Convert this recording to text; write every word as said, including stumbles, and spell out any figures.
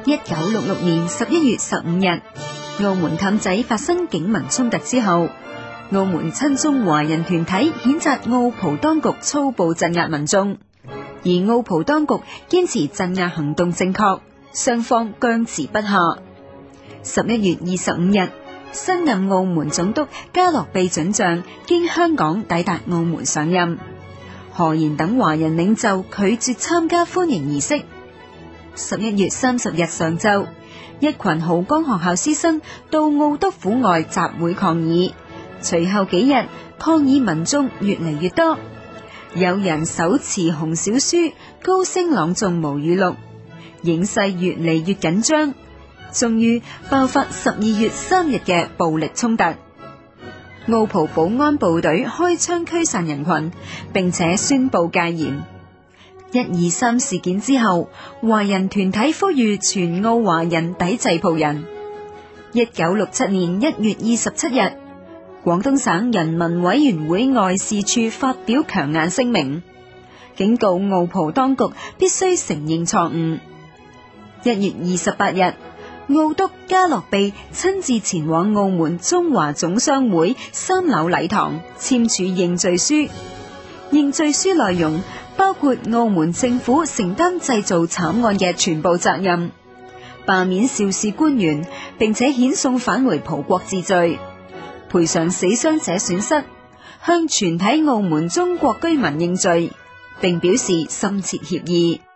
一九六六年十一月十五日，澳門氹仔發生警民衝突之後，澳門親中華人團體譴責澳葡當局粗暴鎮壓民眾，而澳葡當局堅持鎮壓行動正確，雙方僵持不下。十一月二十五日，新任澳門總督加洛庇准將經香港抵達澳門上任，何賢等華人領袖拒絕參加歡迎儀式。十一月三十日上晝，一群豪江學校師生到澳督府外集會抗議，隨後幾日抗議民眾越嚟越多，有人手持紅小書高聲朗誦毛語錄，形勢越嚟越緊張，終於爆發十二月三日嘅暴力衝突。澳葡保安部隊開槍驅散人群，並且宣布戒嚴。一二三事件之後，華人團體呼籲全澳華人抵制葡人。一九六七年一月二十七日，廣東省人民委員會外事處發表強硬聲明，警告澳葡當局必須承認錯誤。一月二十八日，澳督加洛庇親自前往澳門中華總商會三樓禮堂簽署認罪書，認罪書內容包括澳門政府承擔製造慘案嘅全部責任，罷免肇事官員，並且遣送返回葡國治罪，賠償死傷者損失，向全體澳門中國居民認罪，並表示深切歉意。